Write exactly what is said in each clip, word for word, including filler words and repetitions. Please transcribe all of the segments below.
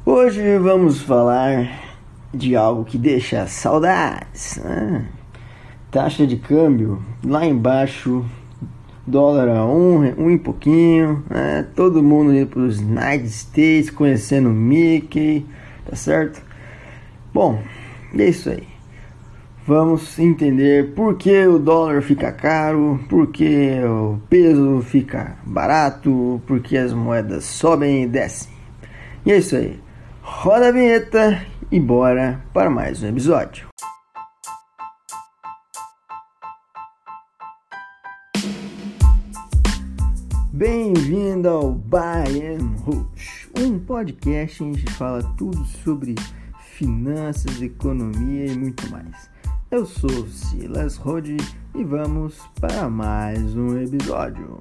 Hoje vamos falar de algo que deixa saudades, né? Taxa de câmbio lá embaixo, dólar a um, um e pouquinho, né? Todo mundo indo para os United States, conhecendo o Mickey, tá certo? Bom, é isso aí. Vamos entender por que o dólar fica caro, por que o peso fica barato, por que as moedas sobem e descem. E é isso aí. Roda a vinheta e bora para mais um episódio. Bem-vindo ao Buy and Rush, um podcast em que a gente fala tudo sobre finanças, economia e muito mais. Eu sou Silas Rode e vamos para mais um episódio.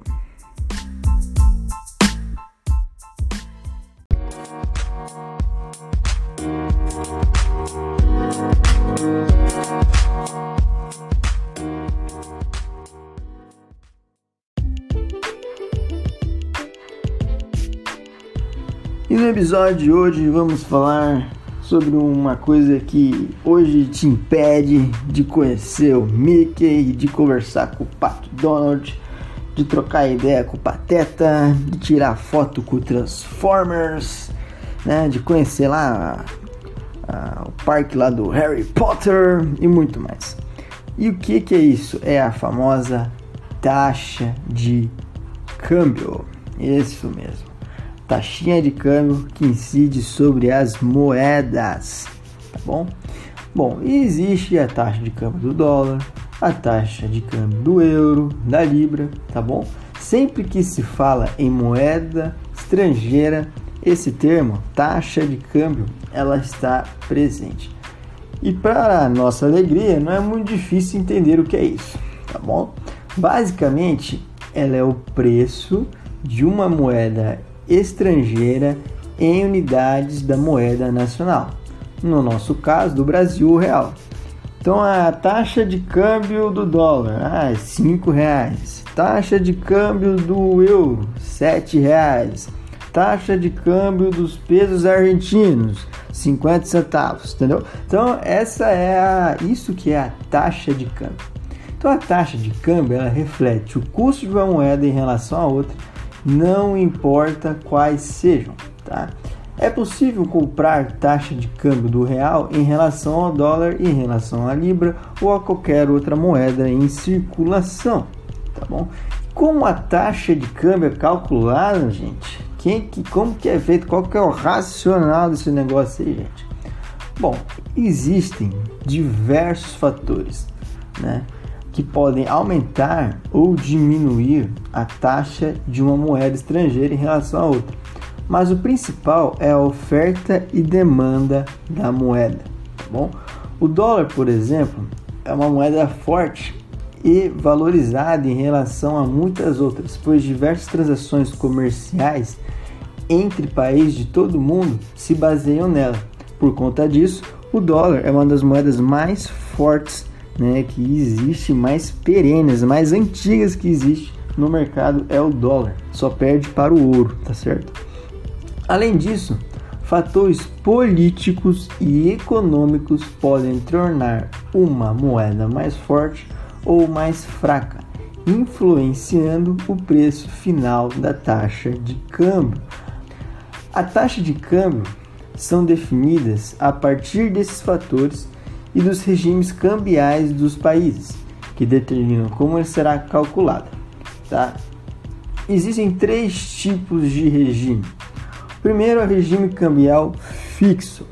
E no episódio de hoje vamos falar sobre uma coisa que hoje te impede de conhecer o Mickey, de conversar com o Pato Donald, de trocar ideia com o Pateta, de tirar foto com o Transformers, né, de conhecer lá a, a, o parque lá do Harry Potter e muito mais. E o que, que é isso? É a famosa taxa de câmbio. Isso mesmo. Taxinha de câmbio que incide sobre as moedas, tá bom? Bom, e existe a taxa de câmbio do dólar, a taxa de câmbio do euro, da libra, tá bom? Sempre que se fala em moeda estrangeira, esse termo, taxa de câmbio, ela está presente. E para nossa alegria, não é muito difícil entender o que é isso, tá bom? Basicamente, ela é o preço de uma moeda estrangeira em unidades da moeda nacional, no nosso caso do Brasil, o real. Então a taxa de câmbio do dólar, ah, cinco reais, taxa de câmbio do euro, sete reais, taxa de câmbio dos pesos argentinos, cinquenta centavos, entendeu? Então essa é a, isso que é a taxa de câmbio. Então a taxa de câmbio, ela reflete o custo de uma moeda em relação a outra, não importa quais sejam, tá? É possível comprar taxa de câmbio do real em relação ao dólar, em relação à libra ou a qualquer outra moeda em circulação, tá bom? Como a taxa de câmbio é calculada, gente? Quem, que, como que é feito? Qual que é o racional desse negócio aí, gente? Bom, existem diversos fatores, né, que podem aumentar ou diminuir a taxa de uma moeda estrangeira em relação a outra. Mas o principal é a oferta e demanda da moeda, tá bom? O dólar, por exemplo, é uma moeda forte e valorizada em relação a muitas outras, pois diversas transações comerciais entre países de todo o mundo se baseiam nela. Por conta disso, o dólar é uma das moedas mais fortes, né, que existe, mais perenes, mais antigas que existe no mercado é o dólar, só perde para o ouro, tá certo? Além disso, fatores políticos e econômicos podem tornar uma moeda mais forte ou mais fraca, influenciando o preço final da taxa de câmbio. A taxa de câmbio são definidas a partir desses fatores e dos regimes cambiais dos países, que determinam como ele será calculado, tá? Existem três tipos de regime. O primeiro é o regime cambial fixo.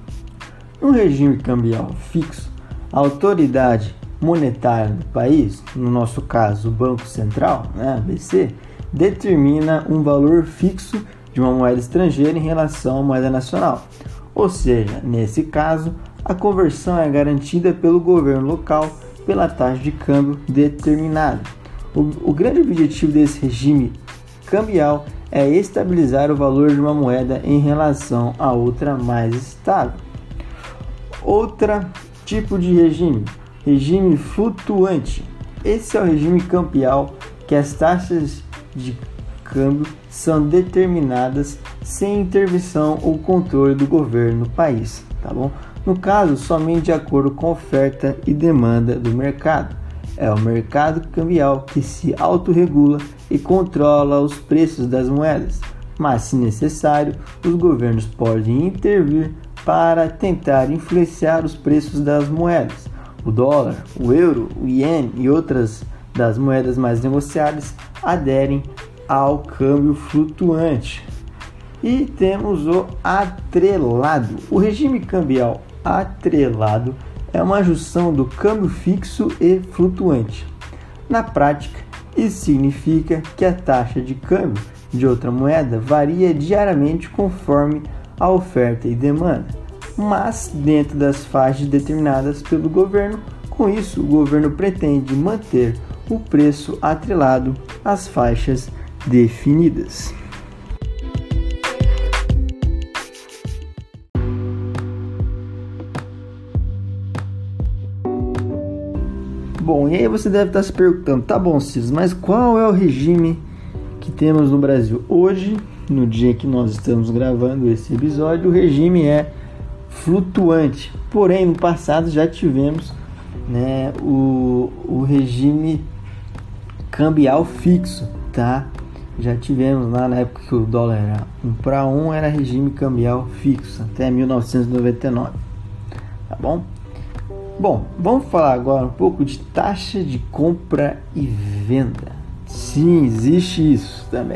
No regime cambial fixo, a autoridade monetária do país, no nosso caso o Banco Central, né, B C, determina um valor fixo de uma moeda estrangeira em relação à moeda nacional. Ou seja, nesse caso, a conversão é garantida pelo governo local pela taxa de câmbio determinada. O, o grande objetivo desse regime cambial é estabilizar o valor de uma moeda em relação a outra mais estável. Outro tipo de regime, regime flutuante. Esse é o regime cambial que as taxas de câmbio são determinadas sem intervenção ou controle do governo do país, tá bom? No caso, somente de acordo com a oferta e demanda do mercado. É o mercado cambial que se autorregula e controla os preços das moedas, mas, se necessário, os governos podem intervir para tentar influenciar os preços das moedas. O dólar, o euro, o iene e outras das moedas mais negociadas aderem ao câmbio flutuante. E temos o atrelado. O regime cambial atrelado é uma junção do câmbio fixo e flutuante. Na prática, isso significa que a taxa de câmbio de outra moeda varia diariamente conforme a oferta e demanda, mas dentro das faixas determinadas pelo governo. Com isso, o governo pretende manter o preço atrelado às faixas definidas. Bom, e aí você deve estar se perguntando, tá bom, Cis, mas qual é o regime que temos no Brasil? Hoje, no dia que nós estamos gravando esse episódio, o regime é flutuante. Porém, no passado já tivemos, né, o, o regime cambial fixo, tá? Já tivemos lá na época que o dólar era um para um, era regime cambial fixo, até mil novecentos e noventa e nove, tá bom? Bom, vamos falar agora um pouco de taxa de compra e venda. Sim, existe isso também.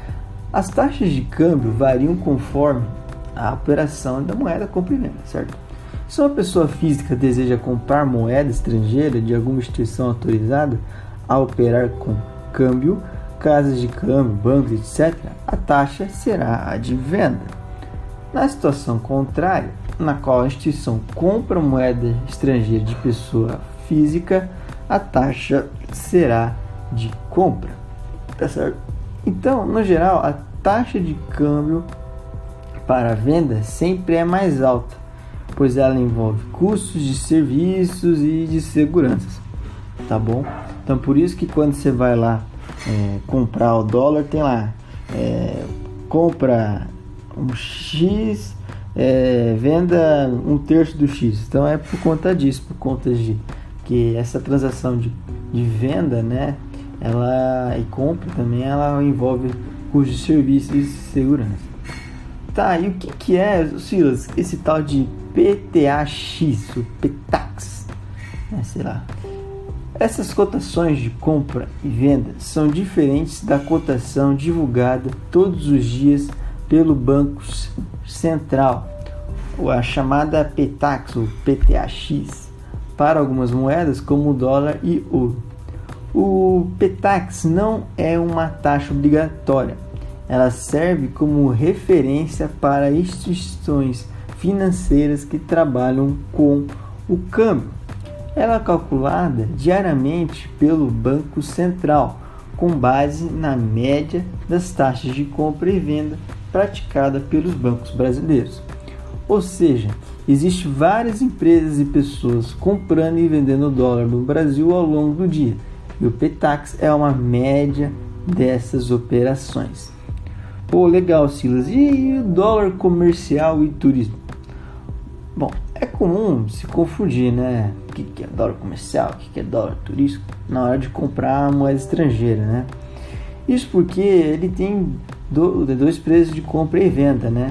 As taxas de câmbio variam conforme a operação da moeda compra e venda, certo? Se uma pessoa física deseja comprar moeda estrangeira de alguma instituição autorizada a operar com câmbio, casas de câmbio, bancos, etcétera, a taxa será a de venda. Na situação contrária, na qual a instituição compra moeda estrangeira de pessoa física, a taxa será de compra, tá certo? Então, no geral, a taxa de câmbio para a venda sempre é mais alta, pois ela envolve custos de serviços e de seguranças, tá bom? Então, por isso que quando você vai lá é, comprar o dólar, tem lá, é, compra um X, é, venda um terço do X. Então é por conta disso, por conta de que essa transação de, de venda, né, ela e compra também, ela envolve custos de serviços e segurança. Tá, e o que, que é, Silas, esse tal de P T A X, o P T A X, é, sei lá. Essas cotações de compra e venda são diferentes da cotação divulgada todos os dias pelo Banco Central, a chamada P T A X ou P T A X, para algumas moedas como o dólar e ouro. O P T A X não é uma taxa obrigatória, ela serve como referência para instituições financeiras que trabalham com o câmbio. Ela é calculada diariamente pelo Banco Central, com base na média das taxas de compra e venda praticada pelos bancos brasileiros. Ou seja, existem várias empresas e pessoas comprando e vendendo dólar no Brasil ao longo do dia, e o P T A X é uma média dessas operações. Pô, legal, Silas. E o dólar comercial e turismo? Bom, é comum se confundir, né? O que é dólar comercial, o que é dólar turístico, na hora de comprar moeda estrangeira, né? Isso porque ele tem dois preços de compra e venda, né?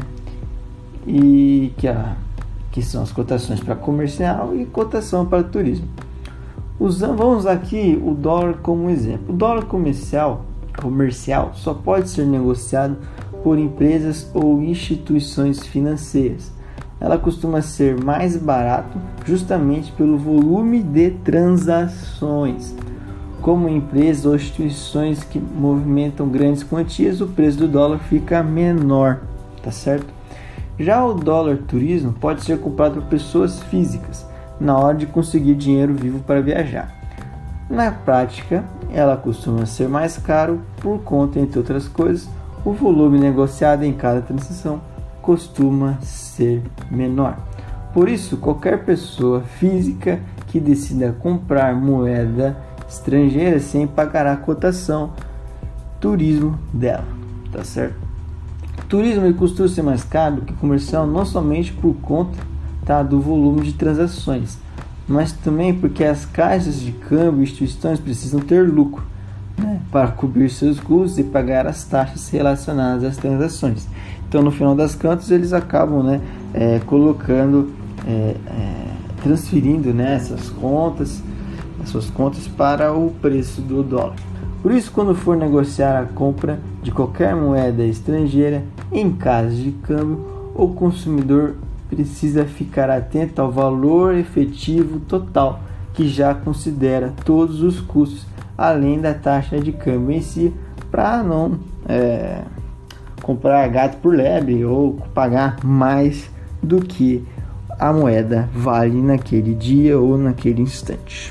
E que, a, que são as cotações para comercial e cotação para turismo. Usando, vamos usar aqui o dólar como exemplo. O dólar comercial, comercial só pode ser negociado por empresas ou instituições financeiras. Ela costuma ser mais barato justamente pelo volume de transações. Como empresas ou instituições que movimentam grandes quantias, o preço do dólar fica menor, tá certo? Já o dólar turismo pode ser comprado por pessoas físicas na hora de conseguir dinheiro vivo para viajar. Na prática, ela costuma ser mais caro por conta, entre outras coisas, o volume negociado em cada transação costuma ser menor. Por isso, qualquer pessoa física que decida comprar moeda estrangeira sempre pagará a cotação turismo dela, tá certo? turismo ele costuma ser mais caro do que comercial, não somente por conta, tá, do volume de transações, mas também porque as caixas de câmbio e instituições precisam ter lucro, né, para cobrir seus custos e pagar as taxas relacionadas às transações. Então, no final das contas, eles acabam, né, é, colocando, é, é, transferindo, né, essas contas, as suas contas para o preço do dólar. Por isso, quando for negociar a compra de qualquer moeda estrangeira em casas de câmbio, o consumidor precisa ficar atento ao valor efetivo total, que já considera todos os custos, além da taxa de câmbio em si, para não é, comprar gato por lebre ou pagar mais do que a moeda vale naquele dia ou naquele instante.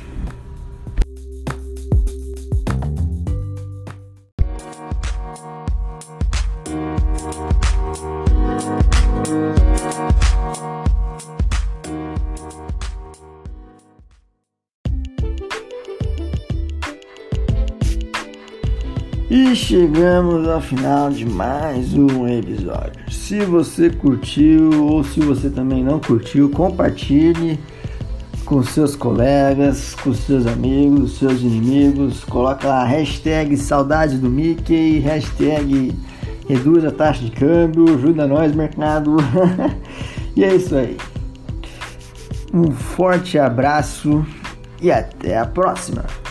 E chegamos ao final de mais um episódio. Se você curtiu ou se você também não curtiu, compartilhe com seus colegas, com seus amigos, seus inimigos. Coloca lá hashtag saudade do Mickey, hashtag reduz a taxa de câmbio, ajuda nós mercado. E é isso aí. Um forte abraço e até a próxima.